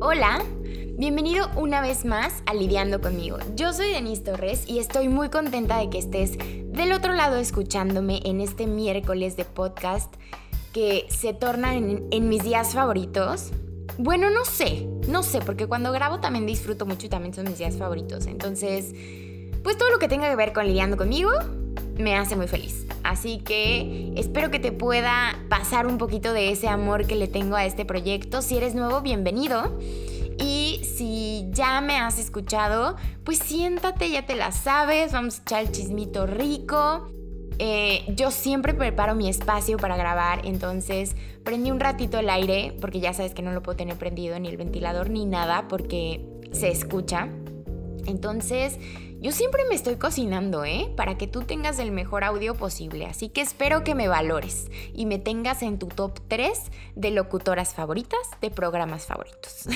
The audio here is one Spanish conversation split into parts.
Hola, bienvenido una vez más a Lidiando conmigo. Yo soy Denise Torres y estoy muy contenta de que estés del otro lado escuchándome en este miércoles de podcast que se torna en mis días favoritos. Bueno, no sé, porque cuando grabo también disfruto mucho y también son mis días favoritos. Entonces, pues todo lo que tenga que ver con Lidiando conmigo me hace muy feliz. Así que espero que te pueda pasar un poquito de ese amor que le tengo a este proyecto. Si eres nuevo, bienvenido. Y si ya me has escuchado, pues siéntate, ya te la sabes. Vamos a echar el chismito rico. Yo siempre preparo mi espacio para grabar, entonces prendí un ratito el aire, porque ya sabes que no lo puedo tener prendido, ni el ventilador ni nada, porque se escucha. Entonces yo siempre me estoy cocinando, para que tú tengas el mejor audio posible. Así que espero que me valores y me tengas en tu top 3 de locutoras favoritas de programas favoritos.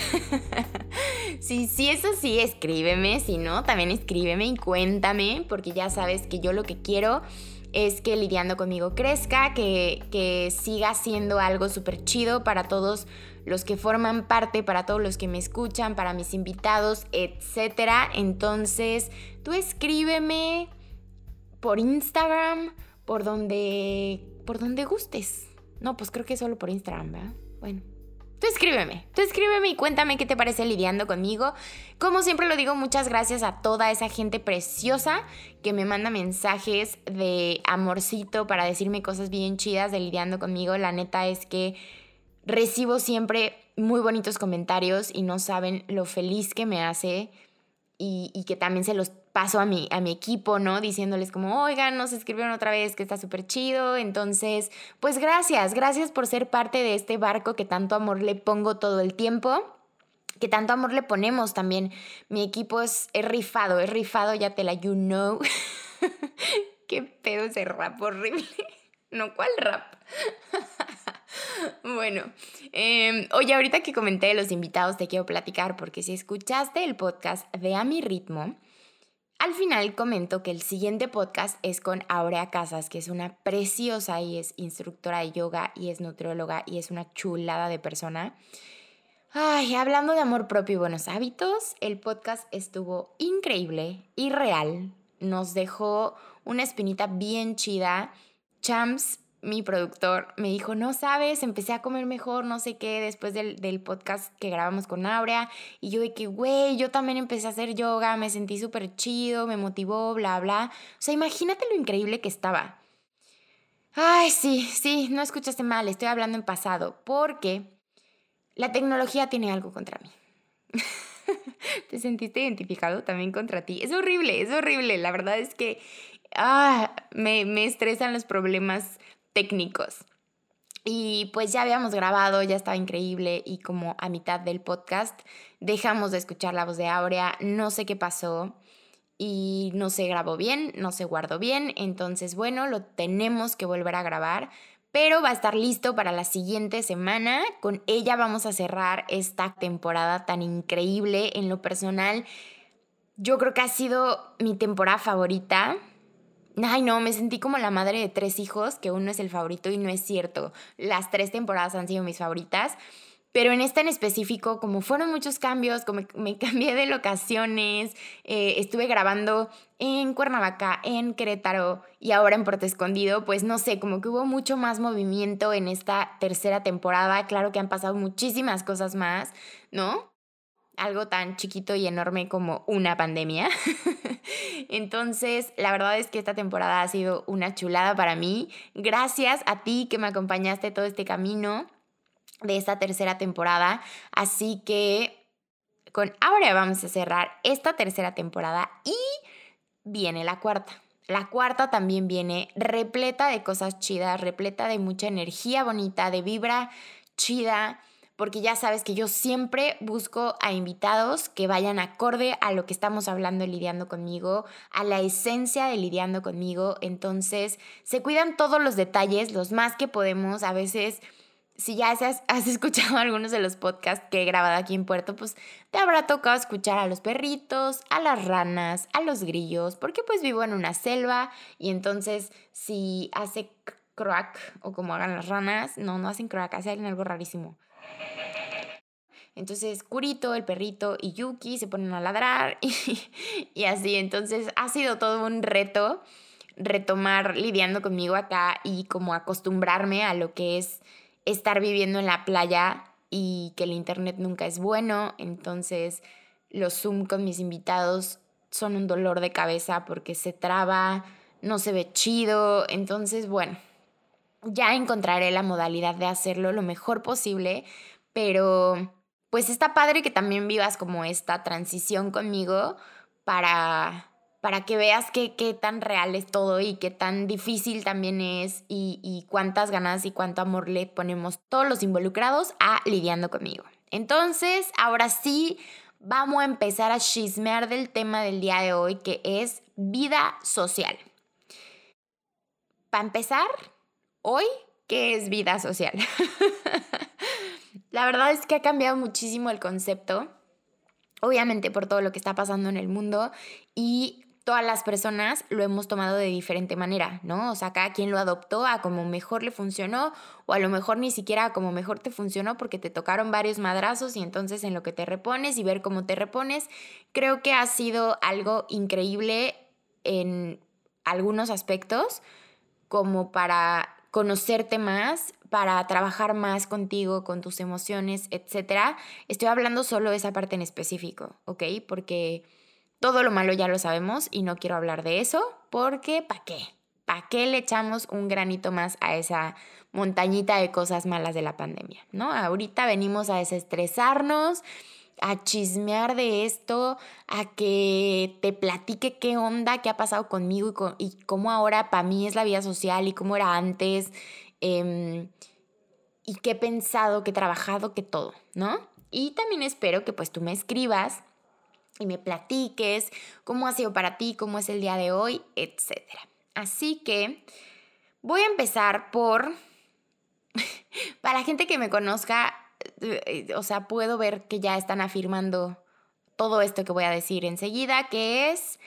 Si es así, escríbeme. Si no, también escríbeme y cuéntame, porque ya sabes que yo lo que quiero es que Lidiando conmigo crezca, que siga siendo algo súper chido para todos los que forman parte, para todos los que me escuchan, para mis invitados, etc. Entonces, tú escríbeme por Instagram, por donde gustes. No, pues creo que solo por Instagram, ¿verdad? Bueno. Tú escríbeme y cuéntame qué te parece Lidiando conmigo. Como siempre lo digo, muchas gracias a toda esa gente preciosa que me manda mensajes de amorcito para decirme cosas bien chidas de Lidiando conmigo. La neta es que recibo siempre muy bonitos comentarios y no saben lo feliz que me hace y que también se los paso a mi equipo, ¿no? Diciéndoles como, oigan, nos escribieron otra vez que está súper chido. Entonces, pues gracias por ser parte de este barco que tanto amor le pongo todo el tiempo, que tanto amor le ponemos también. Mi equipo es rifado, ya te la you know. Qué pedo ese rap horrible. No, ¿cuál rap? Bueno, oye, ahorita que comenté de los invitados te quiero platicar, porque si escuchaste el podcast de A Mi Ritmo, al final comento que el siguiente podcast es con Aurea Casas, que es una preciosa y es instructora de yoga y es nutrióloga y es una chulada de persona. Ay, hablando de amor propio y buenos hábitos, el podcast estuvo increíble y real. Nos dejó una espinita bien chida. Champs, mi productor, me dijo, no sabes, empecé a comer mejor, no sé qué, después del podcast que grabamos con Aurea. Y yo de que, güey, yo también empecé a hacer yoga, me sentí súper chido, me motivó, bla, bla. O sea, imagínate lo increíble que estaba. Ay, sí, no escuchaste mal, estoy hablando en pasado, porque la tecnología tiene algo contra mí. ¿Te sentiste identificado también contra ti? Es horrible. La verdad es que me estresan los problemas técnicos. Y pues ya habíamos grabado, ya estaba increíble y como a mitad del podcast dejamos de escuchar la voz de Aurea. No sé qué pasó y no se grabó bien, no se guardó bien. Entonces, bueno, lo tenemos que volver a grabar. Pero va a estar listo para la siguiente semana. Con ella vamos a cerrar esta temporada tan increíble. En lo personal, yo creo que ha sido mi temporada favorita. Ay, no, me sentí como la madre de 3 hijos, que uno es el favorito y no es cierto. Las 3 temporadas han sido mis favoritas. Pero en esta en específico, como fueron muchos cambios, como me cambié de locaciones, estuve grabando en Cuernavaca, en Querétaro y ahora en Puerto Escondido, pues no sé, como que hubo mucho más movimiento en esta tercera temporada. Claro que han pasado muchísimas cosas más, ¿no? Algo tan chiquito y enorme como una pandemia. Entonces, la verdad es que esta temporada ha sido una chulada para mí. Gracias a ti que me acompañaste todo este camino de esta tercera temporada. Así que con Aurea vamos a cerrar esta tercera temporada y viene la cuarta. La cuarta también viene repleta de cosas chidas, repleta de mucha energía bonita, de vibra chida, porque ya sabes que yo siempre busco a invitados que vayan acorde a lo que estamos hablando de Lidiando conmigo, a la esencia de Lidiando conmigo. Entonces, se cuidan todos los detalles, los más que podemos. A veces, si ya has escuchado algunos de los podcasts que he grabado aquí en Puerto, pues te habrá tocado escuchar a los perritos, a las ranas, a los grillos, porque pues vivo en una selva y entonces si hace croak o como hagan las ranas, no hacen croak, hacen algo rarísimo. Entonces Curito, el perrito y Yuki se ponen a ladrar y así. Entonces ha sido todo un reto retomar lidiando conmigo acá y como acostumbrarme a lo que es estar viviendo en la playa y que el internet nunca es bueno. Entonces los Zoom con mis invitados son un dolor de cabeza porque se traba, no se ve chido. Entonces, bueno, ya encontraré la modalidad de hacerlo lo mejor posible, pero pues está padre que también vivas como esta transición conmigo para que veas qué tan real es todo y qué tan difícil también es y cuántas ganas y cuánto amor le ponemos todos los involucrados a lidiando conmigo. Entonces, ahora sí, vamos a empezar a chismear del tema del día de hoy, que es vida social. Para empezar, hoy, ¿qué es vida social? La verdad es que ha cambiado muchísimo el concepto, obviamente por todo lo que está pasando en el mundo y todas las personas lo hemos tomado de diferente manera, ¿no? O sea, cada quien lo adoptó a como mejor le funcionó o a lo mejor ni siquiera a como mejor te funcionó porque te tocaron varios madrazos y entonces en lo que te repones y ver cómo te repones, creo que ha sido algo increíble en algunos aspectos como para conocerte más, para trabajar más contigo, con tus emociones, etcétera. Estoy hablando solo de esa parte en específico, ¿ok? Porque todo lo malo ya lo sabemos y no quiero hablar de eso porque ¿para qué? ¿Para qué le echamos un granito más a esa montañita de cosas malas de la pandemia, ¿no? Ahorita venimos a desestresarnos, a chismear de esto, a que te platique qué onda, qué ha pasado conmigo y cómo ahora para mí es la vida social y cómo era antes, y qué he pensado, qué he trabajado, qué todo, ¿no? Y también espero que pues tú me escribas y me platiques cómo ha sido para ti, cómo es el día de hoy, etcétera. Así que voy a empezar por, para la gente que me conozca, o sea, puedo ver que ya están afirmando todo esto que voy a decir enseguida, que es,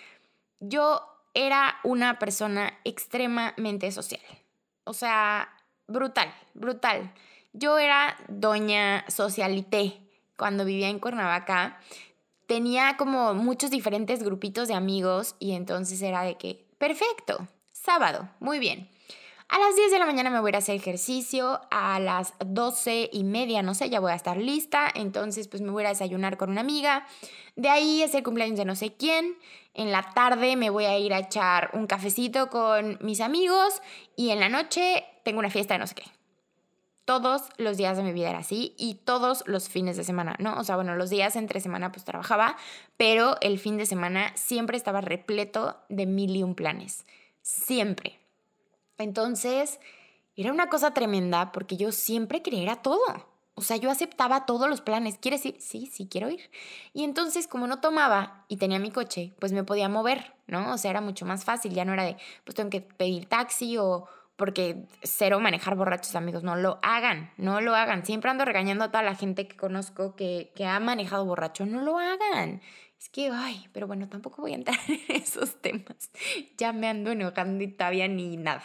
yo era una persona extremadamente social. O sea, brutal, brutal. Yo era doña socialité cuando vivía en Cuernavaca. Tenía como muchos diferentes grupitos de amigos y entonces era de que, perfecto, sábado, muy bien. A las 10 de la mañana me voy a ir a hacer ejercicio, a las 12:30, no sé, ya voy a estar lista, entonces pues me voy a ir a desayunar con una amiga, de ahí es el cumpleaños de no sé quién, en la tarde me voy a ir a echar un cafecito con mis amigos y en la noche tengo una fiesta de no sé qué. Todos los días de mi vida era así y todos los fines de semana, ¿no? O sea, bueno, los días entre semana pues trabajaba, pero el fin de semana siempre estaba repleto de 1001 planes, siempre. Entonces, era una cosa tremenda porque yo siempre quería ir a todo. O sea, yo aceptaba todos los planes. ¿Quieres ir? Sí, sí, quiero ir. Y entonces, como no tomaba y tenía mi coche, pues me podía mover, ¿no? O sea, era mucho más fácil. Ya no era de, pues tengo que pedir taxi o porque cero manejar borrachos, amigos. No lo hagan, no lo hagan. Siempre ando regañando a toda la gente que conozco que ha manejado borracho. No lo hagan. Es que, ay, pero bueno, tampoco voy a entrar en esos temas. Ya me ando enojando y todavía ni nada.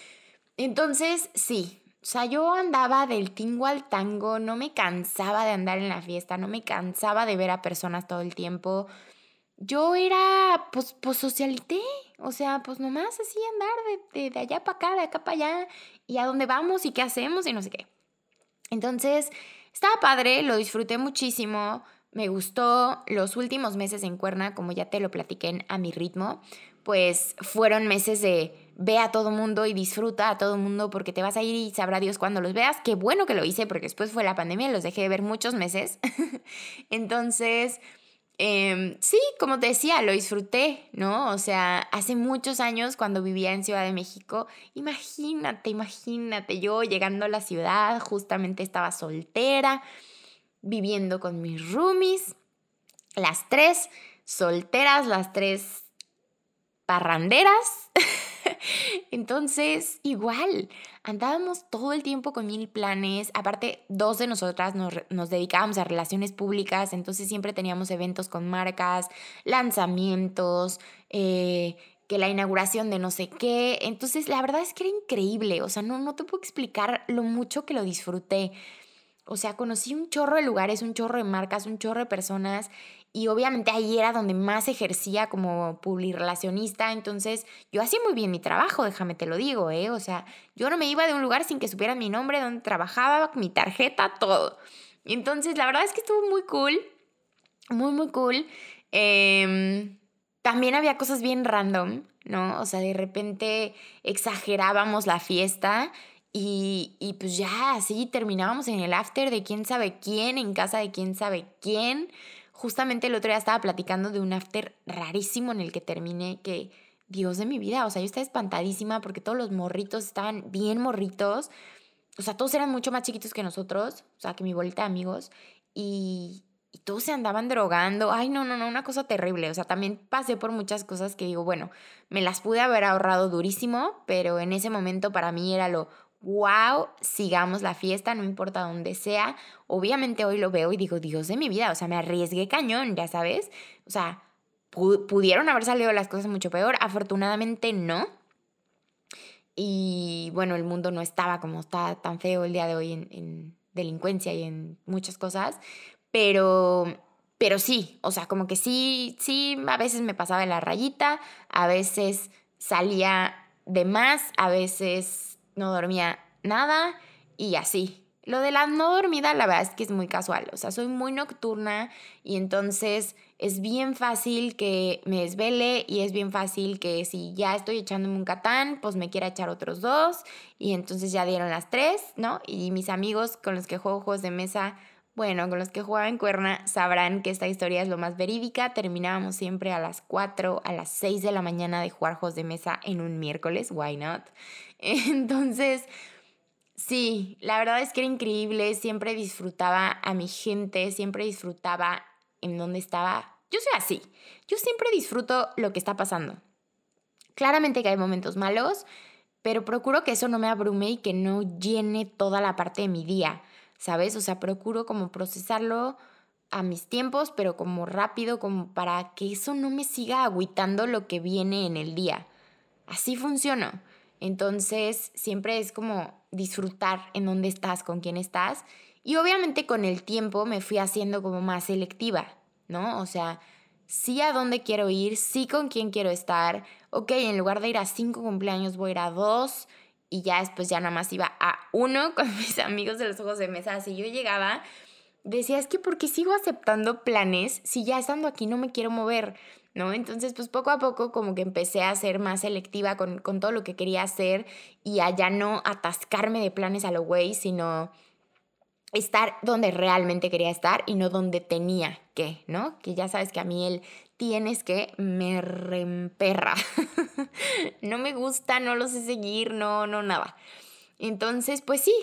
Entonces, sí, o sea, yo andaba del tingo al tango, no me cansaba de andar en la fiesta, no me cansaba de ver a personas todo el tiempo. Yo era, pues socialité, o sea, pues nomás así andar de allá para acá, de acá para allá, y a dónde vamos y qué hacemos y no sé qué. Entonces, estaba padre, lo disfruté muchísimo, me gustó. Los últimos meses en Cuerna, como ya te lo platiqué A Mi Ritmo, pues fueron meses de ve a todo mundo y disfruta a todo mundo porque te vas a ir y sabrá Dios cuando los veas. Qué bueno que lo hice porque después fue la pandemia y los dejé de ver muchos meses. Entonces, sí, como te decía, lo disfruté, ¿no? O sea, hace muchos años cuando vivía en Ciudad de México, imagínate, yo llegando a la ciudad, justamente estaba soltera, viviendo con mis roomies, las tres solteras, las tres parranderas. Entonces, igual, andábamos todo el tiempo con 1000 planes. Aparte, dos de nosotras nos dedicábamos a relaciones públicas, entonces siempre teníamos eventos con marcas, lanzamientos, que la inauguración de no sé qué. Entonces, la verdad es que era increíble. O sea, no te puedo explicar lo mucho que lo disfruté. O sea, conocí un chorro de lugares, un chorro de marcas, un chorro de personas y obviamente ahí era donde más ejercía como publirelacionista, entonces yo hacía muy bien mi trabajo, déjame te lo digo, ¿eh? O sea, yo no me iba de un lugar sin que supieran mi nombre, dónde trabajaba, mi tarjeta, todo. Entonces, la verdad es que estuvo muy cool, muy, muy cool. También había cosas bien random, ¿no? O sea, de repente exagerábamos la fiesta y pues ya así terminábamos en el after de quién sabe quién, en casa de quién sabe quién. Justamente el otro día estaba platicando de un after rarísimo en el que terminé que, Dios de mi vida, o sea, yo estaba espantadísima porque todos los morritos estaban bien morritos. O sea, todos eran mucho más chiquitos que nosotros, o sea, que mi bolita de amigos, y todos se andaban drogando. Ay, no, no, no, una cosa terrible. O sea, también pasé por muchas cosas que digo, bueno, me las pude haber ahorrado durísimo, pero en ese momento para mí era lo, wow, sigamos la fiesta, no importa dónde sea. Obviamente hoy lo veo y digo, Dios de mi vida, o sea, me arriesgué cañón, ya sabes. O sea, pudieron haber salido las cosas mucho peor, afortunadamente no. Y bueno, el mundo no estaba como está tan feo el día de hoy en delincuencia y en muchas cosas, pero, pero sí, o sea, como que sí, sí, a veces me pasaba de la rayita, a veces salía de más, a veces no dormía nada y así. Lo de la no dormida, la verdad es que es muy casual, o sea, soy muy nocturna y entonces es bien fácil que me desvele y es bien fácil que si ya estoy echándome un Catán, pues me quiera echar otros dos y entonces ya dieron las 3, ¿no? Y mis amigos con los que juego juegos de mesa, bueno, con los que jugaba en Cuerna, sabrán que esta historia es lo más verídica. Terminábamos siempre a las 4, a las 6 de la mañana de jugar juegos de mesa en un miércoles, why not? Entonces, sí, la verdad es que era increíble, siempre disfrutaba a mi gente, siempre disfrutaba en donde estaba. Yo soy así, yo siempre disfruto lo que está pasando. Claramente que hay momentos malos, pero procuro que eso no me abrume y que no llene toda la parte de mi día, ¿sabes? O sea, procuro como procesarlo a mis tiempos, pero como rápido, como para que eso no me siga agüitando lo que viene en el día. Así funciono. Entonces, siempre es como disfrutar en dónde estás, con quién estás. Y obviamente con el tiempo me fui haciendo como más selectiva, ¿no? O sea, sí a dónde quiero ir, sí con quién quiero estar. Ok, en lugar de ir a 5 cumpleaños, voy a ir a 2 y ya después ya nada más iba a uno con mis amigos de los juegos de mesa. Así yo llegaba, decía, es que ¿por qué sigo aceptando planes si ya estando aquí no me quiero mover? ¿No? Entonces, pues poco a poco como que empecé a ser más selectiva con todo lo que quería hacer y a ya no atascarme de planes a lo güey, sino estar donde realmente quería estar y no donde tenía que, ¿no? Que ya sabes que a mí el tienes que me reemperra. No me gusta, no lo sé seguir, no, no, nada. Entonces, pues sí,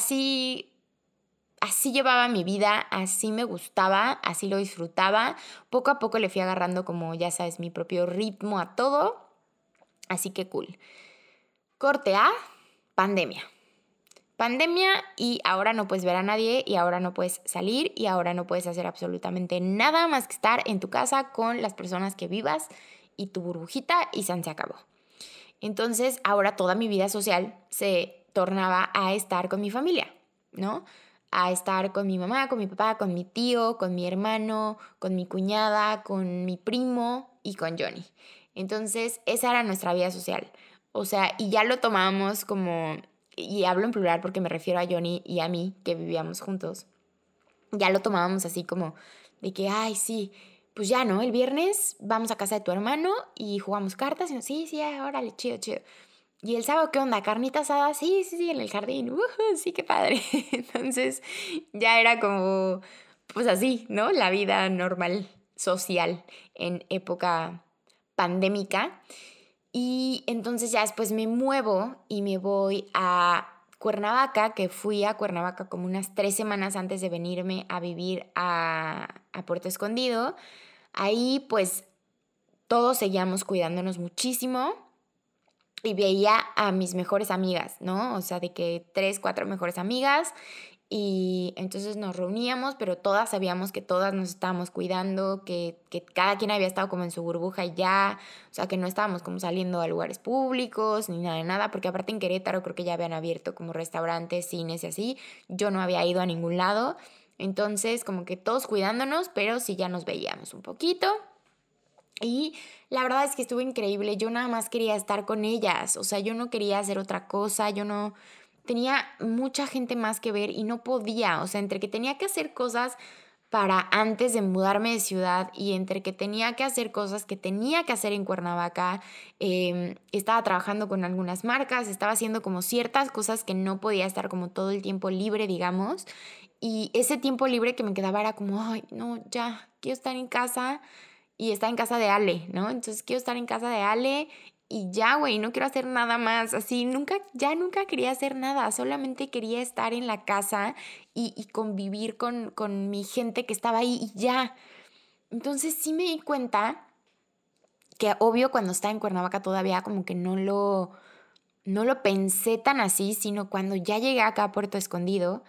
así llevaba mi vida, así me gustaba, así lo disfrutaba. Poco a poco le fui agarrando como, ya sabes, mi propio ritmo a todo. Así que cool. Corte A, pandemia. Pandemia y ahora no puedes ver a nadie y ahora no puedes salir y ahora no puedes hacer absolutamente nada más que estar en tu casa con las personas que vivas y tu burbujita y se acabó. Entonces ahora toda mi vida social se tornaba a estar con mi familia, ¿no? A estar con mi mamá, con mi papá, con mi tío, con mi hermano, con mi cuñada, con mi primo y con Johnny. Entonces esa era nuestra vida social. O sea, y ya lo tomábamos como, y hablo en plural porque me refiero a Johnny y a mí que vivíamos juntos, ya lo tomábamos así como de que, ay, sí, pues ya, ¿no? El viernes vamos a casa de tu hermano y jugamos cartas. Y sí, sí, órale, chido, chido. Y el sábado, ¿qué onda? ¿Carnita asada? Sí, sí, sí, en el jardín. Sí, qué padre. Entonces ya era como, pues así, ¿no? La vida normal, social, en época pandémica. Y entonces ya después me muevo y me voy a Cuernavaca, que fui a Cuernavaca como unas 3 semanas antes de venirme a vivir a Puerto Escondido. Ahí pues todos seguíamos cuidándonos muchísimo y veía a mis mejores amigas, ¿no? O sea, de que 3, 4 mejores amigas Y entonces nos reuníamos, pero todas sabíamos que todas nos estábamos cuidando, que cada quien había estado como en su burbuja y ya, o sea, que no estábamos como saliendo a lugares públicos ni nada de nada, porque aparte en Querétaro creo que ya habían abierto como restaurantes, cines y así, yo no había ido a ningún lado, entonces como que todos cuidándonos, pero sí ya nos veíamos un poquito. Y la verdad es que estuvo increíble. Yo nada más quería estar con ellas. O sea, yo no quería hacer otra cosa. Yo no... Tenía mucha gente más que ver y no podía. O sea, entre que tenía que hacer cosas para antes de mudarme de ciudad y entre que tenía que hacer cosas que tenía que hacer en Cuernavaca, estaba trabajando con algunas marcas, estaba haciendo como ciertas cosas que no podía estar como todo el tiempo libre, digamos. Y ese tiempo libre que me quedaba era como, ay, no, ya, quiero estar en casa y está en casa de Ale, ¿no? Entonces quiero estar en casa de Ale y ya, güey, no quiero hacer nada más. Así, nunca quería hacer nada, solamente quería estar en la casa y convivir con mi gente que estaba ahí y ya. Entonces sí me di cuenta que obvio cuando estaba en Cuernavaca todavía como que no lo pensé tan así, sino cuando ya llegué acá a Puerto Escondido,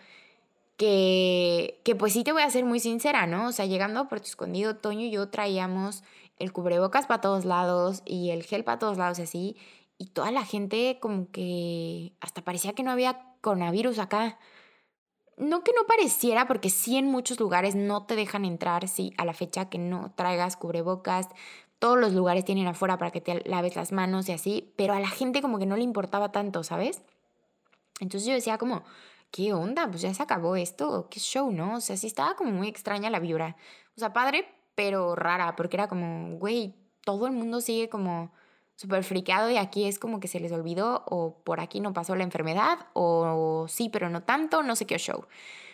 que pues sí te voy a ser muy sincera, ¿no? O sea, llegando a Puerto Escondido, Toño y yo traíamos el cubrebocas para todos lados y el gel para todos lados y así, y toda la gente como que hasta parecía que no había coronavirus acá. No que no pareciera, porque sí en muchos lugares no te dejan entrar, sí, a la fecha que no traigas cubrebocas. Todos los lugares tienen afuera para que te laves las manos y así, pero a la gente como que no le importaba tanto, ¿sabes? Entonces yo decía como, ¿qué onda? Pues ya se acabó esto, qué show, ¿no? O sea, sí estaba como muy extraña la vibra. O sea, padre, pero rara, porque era como, güey, todo el mundo sigue como súper friqueado y aquí es como que se les olvidó o por aquí no pasó la enfermedad o sí, pero no tanto, no sé qué show.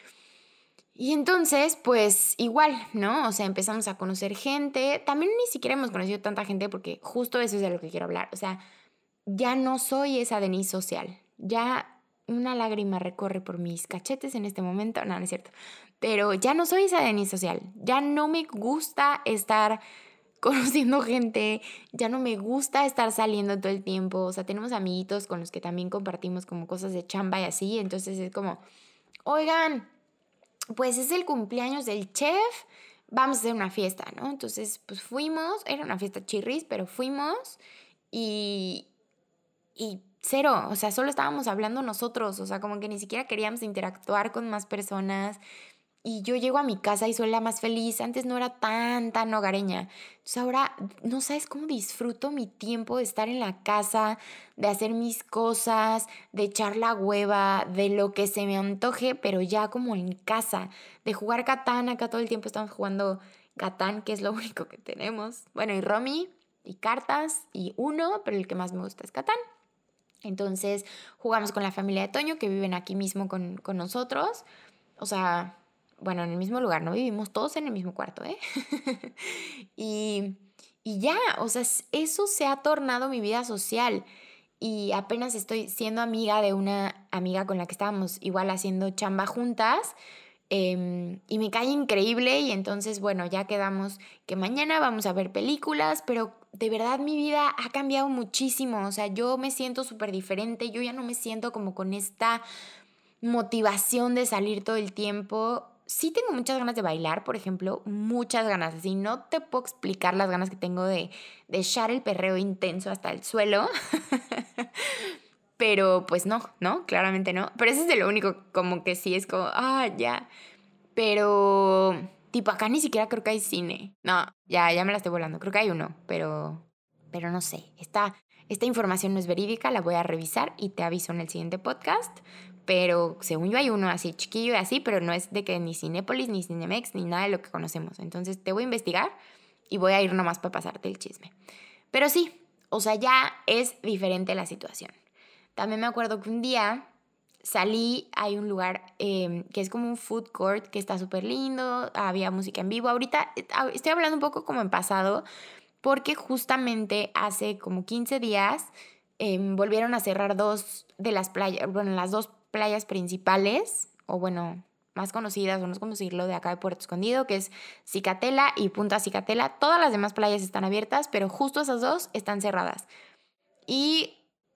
Y entonces, pues igual, ¿no? O sea, empezamos a conocer gente. También ni siquiera hemos conocido tanta gente porque justo eso es de lo que quiero hablar. O sea, ya no soy esa Denise social. Ya una lágrima recorre por mis cachetes en este momento. No, no es cierto. Pero ya no soy esa Denise social. Ya no me gusta estar conociendo gente. Ya no me gusta estar saliendo todo el tiempo. O sea, tenemos amiguitos con los que también compartimos como cosas de chamba y así. Entonces es como, oigan, pues es el cumpleaños del chef. Vamos a hacer una fiesta, ¿no? Entonces, pues fuimos. Era una fiesta chirris, pero fuimos. Y, y cero, o sea, solo estábamos hablando nosotros, o sea, como que ni siquiera queríamos interactuar con más personas. Y yo llego a mi casa y soy la más feliz. Antes no era tan hogareña. Entonces ahora no sabes cómo disfruto mi tiempo de estar en la casa, de hacer mis cosas, de echar la hueva, de lo que se me antoje, pero ya como en casa, de jugar Catán. Acá todo el tiempo estamos jugando Catán, que es lo único que tenemos. Bueno, y Romy, y cartas, y Uno, pero el que más me gusta es Catán. Entonces jugamos con la familia de Toño, que viven aquí mismo con nosotros. O sea, bueno, en el mismo lugar, no vivimos todos en el mismo cuarto, ¿eh? y, y ya, o sea, eso se ha tornado mi vida social. Y apenas estoy siendo amiga de una amiga con la que estábamos igual haciendo chamba juntas. Y me cae increíble y entonces, bueno, ya quedamos que mañana vamos a ver películas, pero de verdad mi vida ha cambiado muchísimo, o sea, yo me siento súper diferente, yo ya no me siento como con esta motivación de salir todo el tiempo. Sí tengo muchas ganas de bailar, por ejemplo, muchas ganas, así no te puedo explicar las ganas que tengo de echar el perreo intenso hasta el suelo. Pero pues no, claramente no. Pero eso es de lo único como que sí es como, ya. Pero, tipo, acá ni siquiera creo que hay cine. No, ya me la estoy volando. Creo que hay uno, pero no sé. Esta información no es verídica, la voy a revisar y te aviso en el siguiente podcast. Pero según yo hay uno así chiquillo y así, pero no es de que ni Cinépolis, ni Cinemex, ni nada de lo que conocemos. Entonces te voy a investigar y voy a ir nomás para pasarte el chisme. Pero sí, o sea, ya es diferente la situación. También me acuerdo que un día salí, hay un lugar que es como un food court que está súper lindo, había música en vivo. Ahorita estoy hablando un poco como en pasado, porque justamente hace como 15 días volvieron a cerrar dos de las playas, bueno, las dos playas principales, o bueno, más conocidas, o no sé cómo decirlo, de acá de Puerto Escondido, que es Cicatela y Punta Cicatela. Todas las demás playas están abiertas, pero justo esas dos están cerradas. Y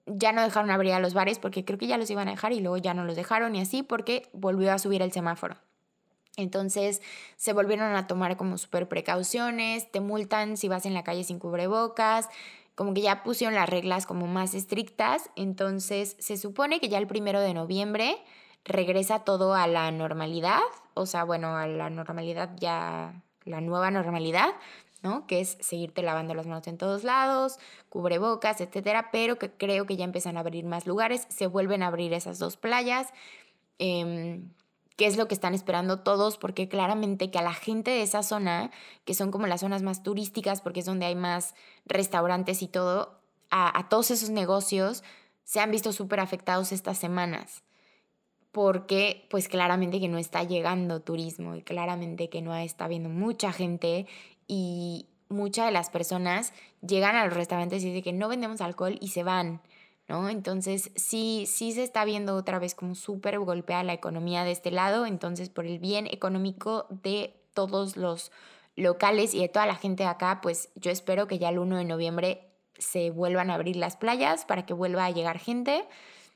ya no dejaron abrir a los bares porque creo que ya los iban a dejar y luego ya no los dejaron y así porque volvió a subir el semáforo. Entonces se volvieron a tomar como súper precauciones, te multan si vas en la calle sin cubrebocas, como que ya pusieron las reglas como más estrictas. Entonces se supone que ya el 1 de noviembre regresa todo a la normalidad, o sea, bueno, a la normalidad ya, la nueva normalidad, ¿no? Que es seguirte lavando las manos en todos lados, cubrebocas, etcétera, pero que creo que ya empiezan a abrir más lugares, se vuelven a abrir esas 2 playas. ¿Qué es lo que están esperando todos? Porque claramente que a la gente de esa zona, que son como las zonas más turísticas, porque es donde hay más restaurantes y todo, a todos esos negocios se han visto súper afectados estas semanas, porque pues claramente que no está llegando turismo y claramente que no está viendo mucha gente y muchas de las personas llegan a los restaurantes y dicen que no vendemos alcohol y se van, ¿no? Entonces sí se está viendo otra vez como súper golpeada la economía de este lado, entonces por el bien económico de todos los locales y de toda la gente de acá, pues yo espero que ya el 1 de noviembre se vuelvan a abrir las playas para que vuelva a llegar gente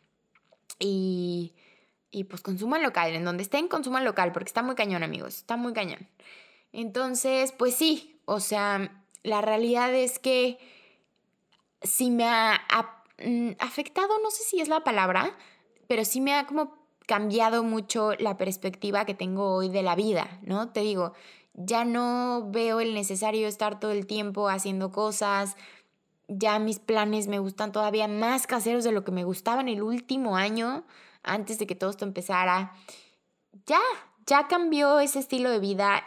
y pues consuman local, en donde estén consuman local, porque está muy cañón, amigos, está muy cañón. Entonces, pues sí, o sea, la realidad es que sí me ha afectado, no sé si es la palabra, pero sí me ha como cambiado mucho la perspectiva que tengo hoy de la vida, ¿no? Te digo, ya no veo el necesario estar todo el tiempo haciendo cosas, ya mis planes me gustan todavía más caseros de lo que me gustaban el último año, antes de que todo esto empezara. Ya, ya cambió ese estilo de vida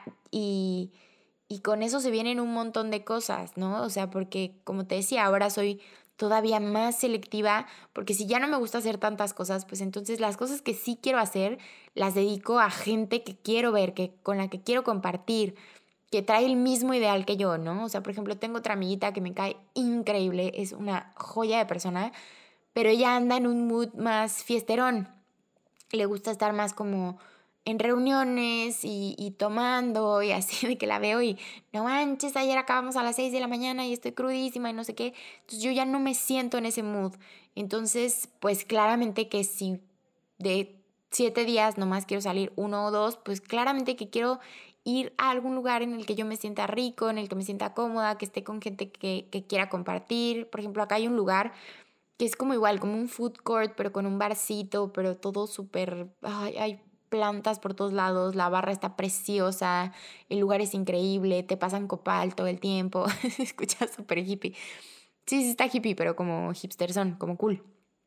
y con eso se vienen un montón de cosas, ¿no? O sea, porque como te decía, ahora soy todavía más selectiva, porque si ya no me gusta hacer tantas cosas, pues entonces las cosas que sí quiero hacer las dedico a gente que quiero ver, que con la que quiero compartir, que trae el mismo ideal que yo, ¿no? O sea, por ejemplo, tengo otra amiguita que me cae increíble, es una joya de persona, pero ella anda en un mood más fiesterón. Le gusta estar más como en reuniones y tomando y así de que la veo y no manches, ayer acabamos a las 6 de la mañana y estoy crudísima y no sé qué. Entonces yo ya no me siento en ese mood. Entonces, pues claramente que si de 7 días nomás quiero salir 1 o 2, pues claramente que quiero ir a algún lugar en el que yo me sienta rico, en el que me sienta cómoda, que esté con gente que quiera compartir. Por ejemplo, acá hay un lugar que es como igual, como un food court, pero con un barcito, pero todo súper, ay, hay plantas por todos lados, la barra está preciosa, el lugar es increíble, te pasan copal todo el tiempo, se escucha súper hippie. Sí, sí está hippie, pero como hipsterson, como cool.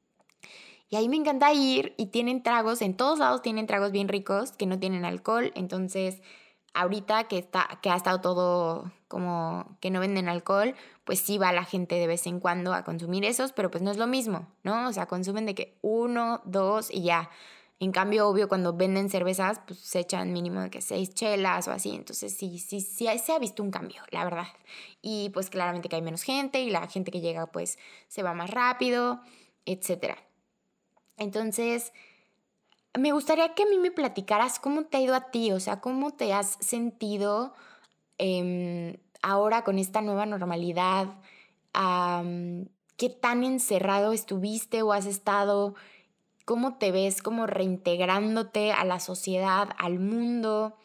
Y ahí me encanta ir y tienen tragos, en todos lados tienen tragos bien ricos que no tienen alcohol, entonces ahorita que ha estado todo como que no venden alcohol, pues sí va la gente de vez en cuando a consumir esos, pero pues no es lo mismo, ¿no? O sea, consumen de que 1, 2 y ya. En cambio, obvio, cuando venden cervezas, pues se echan mínimo de que 6 chelas o así. Entonces sí se ha visto un cambio, la verdad. Y pues claramente que hay menos gente y la gente que llega pues se va más rápido, etcétera. Entonces, me gustaría que a mí me platicaras cómo te ha ido a ti, o sea, cómo te has sentido ahora con esta nueva normalidad, qué tan encerrado estuviste o has estado, cómo te ves como reintegrándote a la sociedad, al mundo.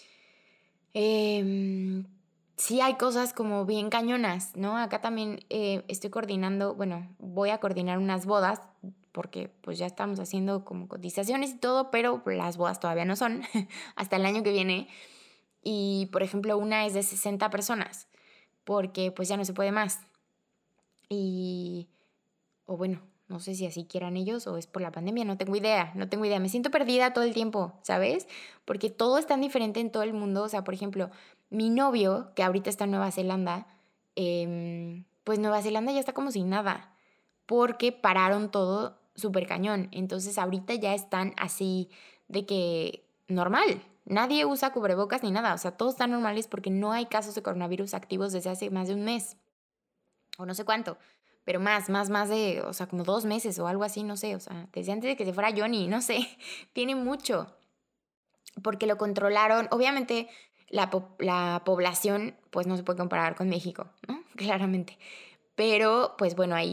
Em, sí hay cosas como bien cañonas, ¿no? Acá también estoy coordinando, bueno, voy a coordinar unas bodas porque pues ya estamos haciendo como cotizaciones y todo, pero las bodas todavía no son hasta el año que viene. Y por ejemplo, una es de 60 personas porque pues ya no se puede más. Y, o bueno, no sé si así quieran ellos o es por la pandemia, no tengo idea, no tengo idea. Me siento perdida todo el tiempo, ¿sabes? Porque todo es tan diferente en todo el mundo. O sea, por ejemplo, mi novio, que ahorita está en Nueva Zelanda, pues Nueva Zelanda ya está como sin nada, porque pararon todo súper cañón. Entonces ahorita ya están así de que normal. Nadie usa cubrebocas ni nada. O sea, todos están normales porque no hay casos de coronavirus activos desde hace más de un mes o no sé cuánto, pero más de, o sea, como 2 meses o algo así, no sé, o sea, desde antes de que se fuera Johnny, no sé, tiene mucho, porque lo controlaron, obviamente la población, pues no se puede comparar con México, ¿no? Claramente, pero pues bueno, ahí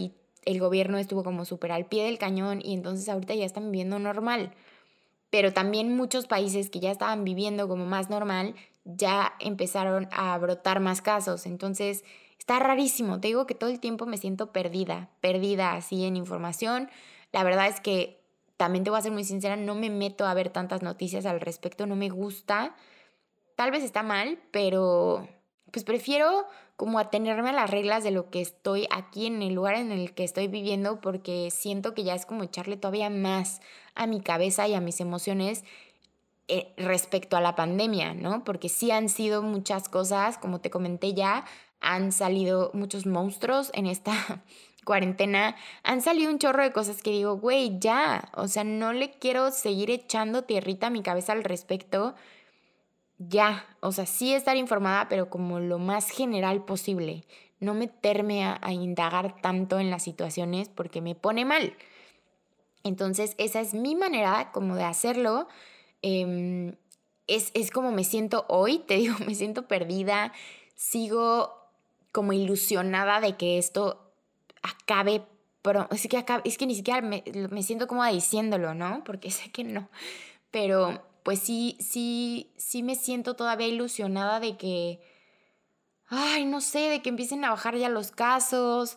el gobierno estuvo como súper al pie del cañón y entonces ahorita ya están viviendo normal. Pero también muchos países que ya estaban viviendo como más normal, ya empezaron a brotar más casos. Entonces, está rarísimo. Te digo que todo el tiempo me siento perdida así en información. La verdad es que también te voy a ser muy sincera, no me meto a ver tantas noticias al respecto, no me gusta. Tal vez está mal, pero pues prefiero como atenerme a las reglas de lo que estoy aquí en el lugar en el que estoy viviendo porque siento que ya es como echarle todavía más a mi cabeza y a mis emociones respecto a la pandemia, ¿no? Porque sí han sido muchas cosas, como te comenté ya, han salido muchos monstruos en esta cuarentena, han salido un chorro de cosas que digo, güey, ya, o sea, no le quiero seguir echando tierrita a mi cabeza al respecto, ya, o sea, sí estar informada, pero como lo más general posible, no meterme a indagar tanto en las situaciones porque me pone mal. Entonces, esa es mi manera como de hacerlo. Em, es como me siento hoy, te digo, me siento perdida, sigo como ilusionada de que esto acabe, pero es que ni siquiera me siento cómoda diciéndolo, ¿no? Porque sé que no, pero pues sí me siento todavía ilusionada de que, ay, no sé, de que empiecen a bajar ya los casos,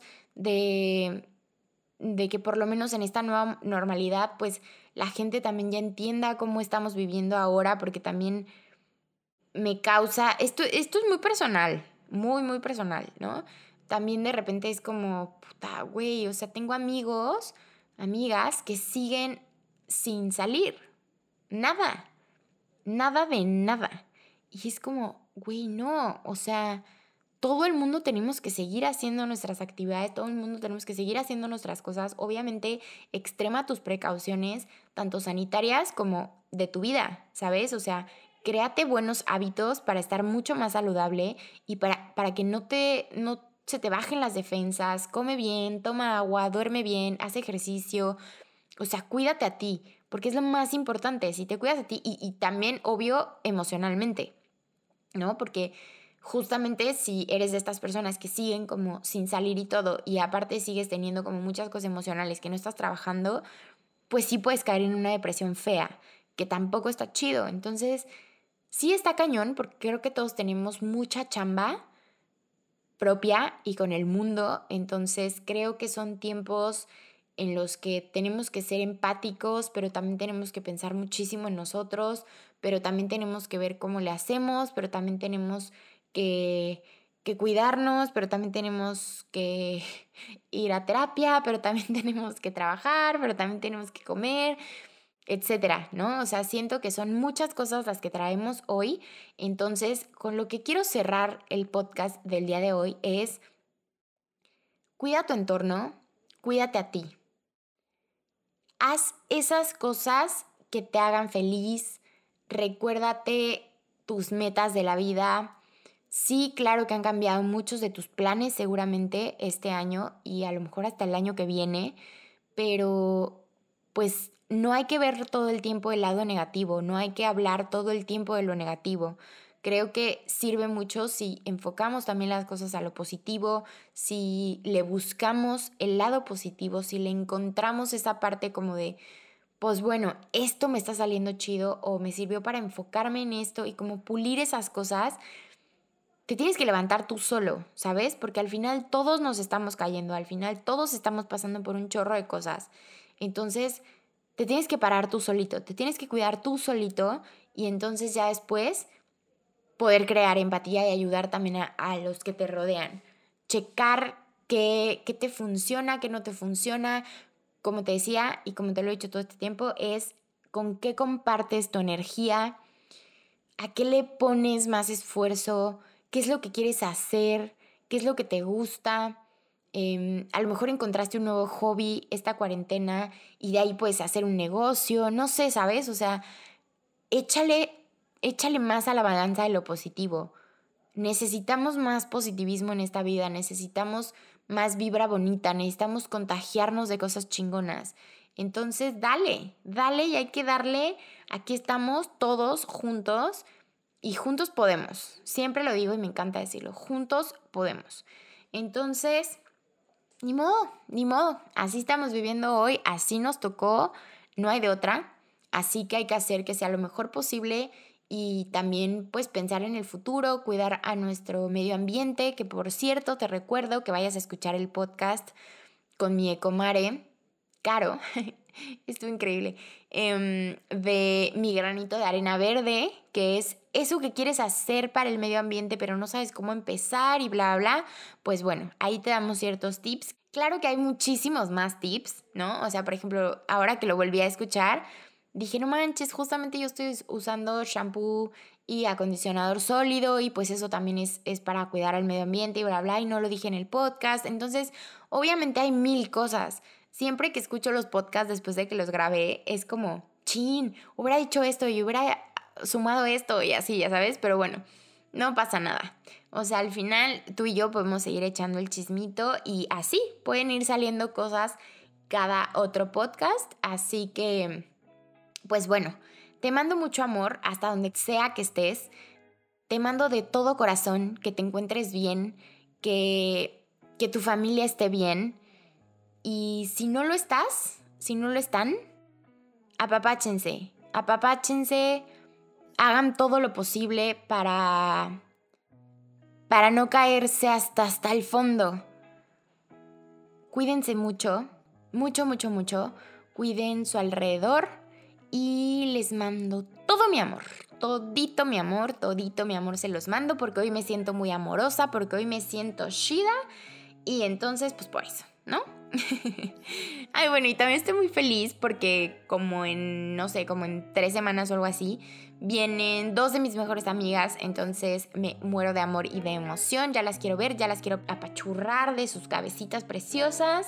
de que por lo menos en esta nueva normalidad, pues la gente también ya entienda cómo estamos viviendo ahora, porque también me causa, esto es muy personal, muy personal, ¿no? También de repente es como, puta, güey, o sea, tengo amigos, amigas que siguen sin salir, nada, nada de nada. Y es como, güey, no, o sea, todo el mundo tenemos que seguir haciendo nuestras actividades, todo el mundo tenemos que seguir haciendo nuestras cosas. Obviamente, extrema tus precauciones, tanto sanitarias como de tu vida, ¿sabes? O sea, créate buenos hábitos para estar mucho más saludable y para que no se te bajen las defensas. Come bien, toma agua, duerme bien, haz ejercicio. O sea, cuídate a ti, porque es lo más importante. Si te cuidas a ti y también, obvio, emocionalmente, ¿no? Porque justamente si eres de estas personas que siguen como sin salir y todo, y aparte sigues teniendo como muchas cosas emocionales que no estás trabajando, pues sí puedes caer en una depresión fea, que tampoco está chido. Entonces, sí está cañón, porque creo que todos tenemos mucha chamba propia y con el mundo, entonces creo que son tiempos en los que tenemos que ser empáticos, pero también tenemos que pensar muchísimo en nosotros, pero también tenemos que ver cómo le hacemos, pero también tenemos que cuidarnos, pero también tenemos que ir a terapia, pero también tenemos que trabajar, pero también tenemos que comer, etcétera, ¿no? O sea, siento que son muchas cosas las que traemos hoy. Entonces, con lo que quiero cerrar el podcast del día de hoy es, cuida tu entorno, cuídate a ti. Haz esas cosas que te hagan feliz, recuérdate tus metas de la vida. Sí, claro que han cambiado muchos de tus planes seguramente este año y a lo mejor hasta el año que viene, pero pues no hay que ver todo el tiempo el lado negativo, no hay que hablar todo el tiempo de lo negativo. Creo que sirve mucho si enfocamos también las cosas a lo positivo, si le buscamos el lado positivo, si le encontramos esa parte como de, pues bueno, esto me está saliendo chido o me sirvió para enfocarme en esto y como pulir esas cosas, te tienes que levantar tú solo, ¿sabes? Porque al final todos nos estamos cayendo, al final todos estamos pasando por un chorro de cosas. Entonces, te tienes que parar tú solito, te tienes que cuidar tú solito y entonces ya después poder crear empatía y ayudar también a los que te rodean. Checar qué te funciona, qué no te funciona. Como te decía y como te lo he dicho todo este tiempo, es con qué compartes tu energía, a qué le pones más esfuerzo, qué es lo que quieres hacer, qué es lo que te gusta. A lo mejor encontraste un nuevo hobby esta cuarentena y de ahí puedes hacer un negocio, no sé, ¿sabes? O sea, échale, échale más a la balanza de lo positivo. Necesitamos más positivismo en esta vida, necesitamos más vibra bonita, necesitamos contagiarnos de cosas chingonas. Entonces, dale y hay que darle. Aquí estamos todos juntos y juntos podemos. Siempre lo digo y me encanta decirlo, juntos podemos. Entonces, ni modo. Así estamos viviendo hoy, así nos tocó, no hay de otra. Así que hay que hacer que sea lo mejor posible y también pues pensar en el futuro, cuidar a nuestro medio ambiente, que por cierto te recuerdo que vayas a escuchar el podcast con mi ecomare, Caro, estuvo increíble, de Mi Granito de Arena Verde, que es eso que quieres hacer para el medio ambiente pero no sabes cómo empezar y bla, bla. Pues bueno, ahí te damos ciertos tips. Claro que hay muchísimos más tips, ¿no? O sea, por ejemplo, ahora que lo volví a escuchar, dije, no manches, justamente yo estoy usando shampoo y acondicionador sólido y pues eso también es para cuidar al medio ambiente y bla, bla, y no lo dije en el podcast. Entonces, obviamente hay mil cosas. Siempre que escucho los podcasts después de que los grabé, es como, chin, hubiera dicho esto y hubiera sumado esto y así, ya sabes, pero bueno, no pasa nada. O sea, al final tú y yo podemos seguir echando el chismito y así pueden ir saliendo cosas cada otro podcast, así que pues bueno, te mando mucho amor hasta donde sea que estés. Te mando de todo corazón que te encuentres bien, que tu familia esté bien. Y si no lo estás, si no lo están, apapáchense, hagan todo lo posible para no caerse hasta el fondo. Cuídense mucho, mucho. Cuiden su alrededor y les mando todo mi amor. Todito mi amor se los mando porque hoy me siento muy amorosa, porque hoy me siento chida y entonces pues por eso, ¿no? Ay, bueno, y también estoy muy feliz porque como en 3 semanas o algo así, vienen 2 de mis mejores amigas, entonces me muero de amor y de emoción, ya las quiero ver, ya las quiero apachurrar de sus cabecitas preciosas.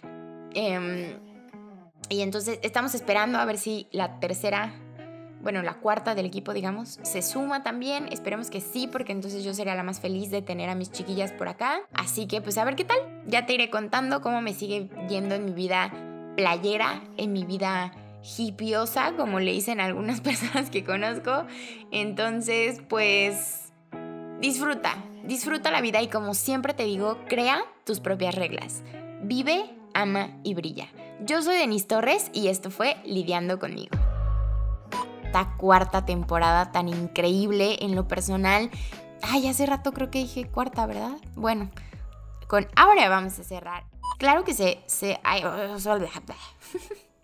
Y entonces estamos esperando a ver si la cuarta del equipo, digamos, se suma también. Esperemos que sí, porque entonces yo sería la más feliz de tener a mis chiquillas por acá. Así que pues a ver qué tal. Ya te iré contando cómo me sigue yendo en mi vida playera, en mi vida hippiosa, como le dicen algunas personas que conozco. Entonces, pues disfruta la vida y como siempre te digo, crea tus propias reglas. Vive, ama y brilla. Yo soy Denise Torres y esto fue Lidiando Conmigo. Esta 4ª temporada tan increíble en lo personal. Ay, hace rato creo que dije 4ª, ¿verdad? Bueno, con ahora vamos a cerrar. Claro que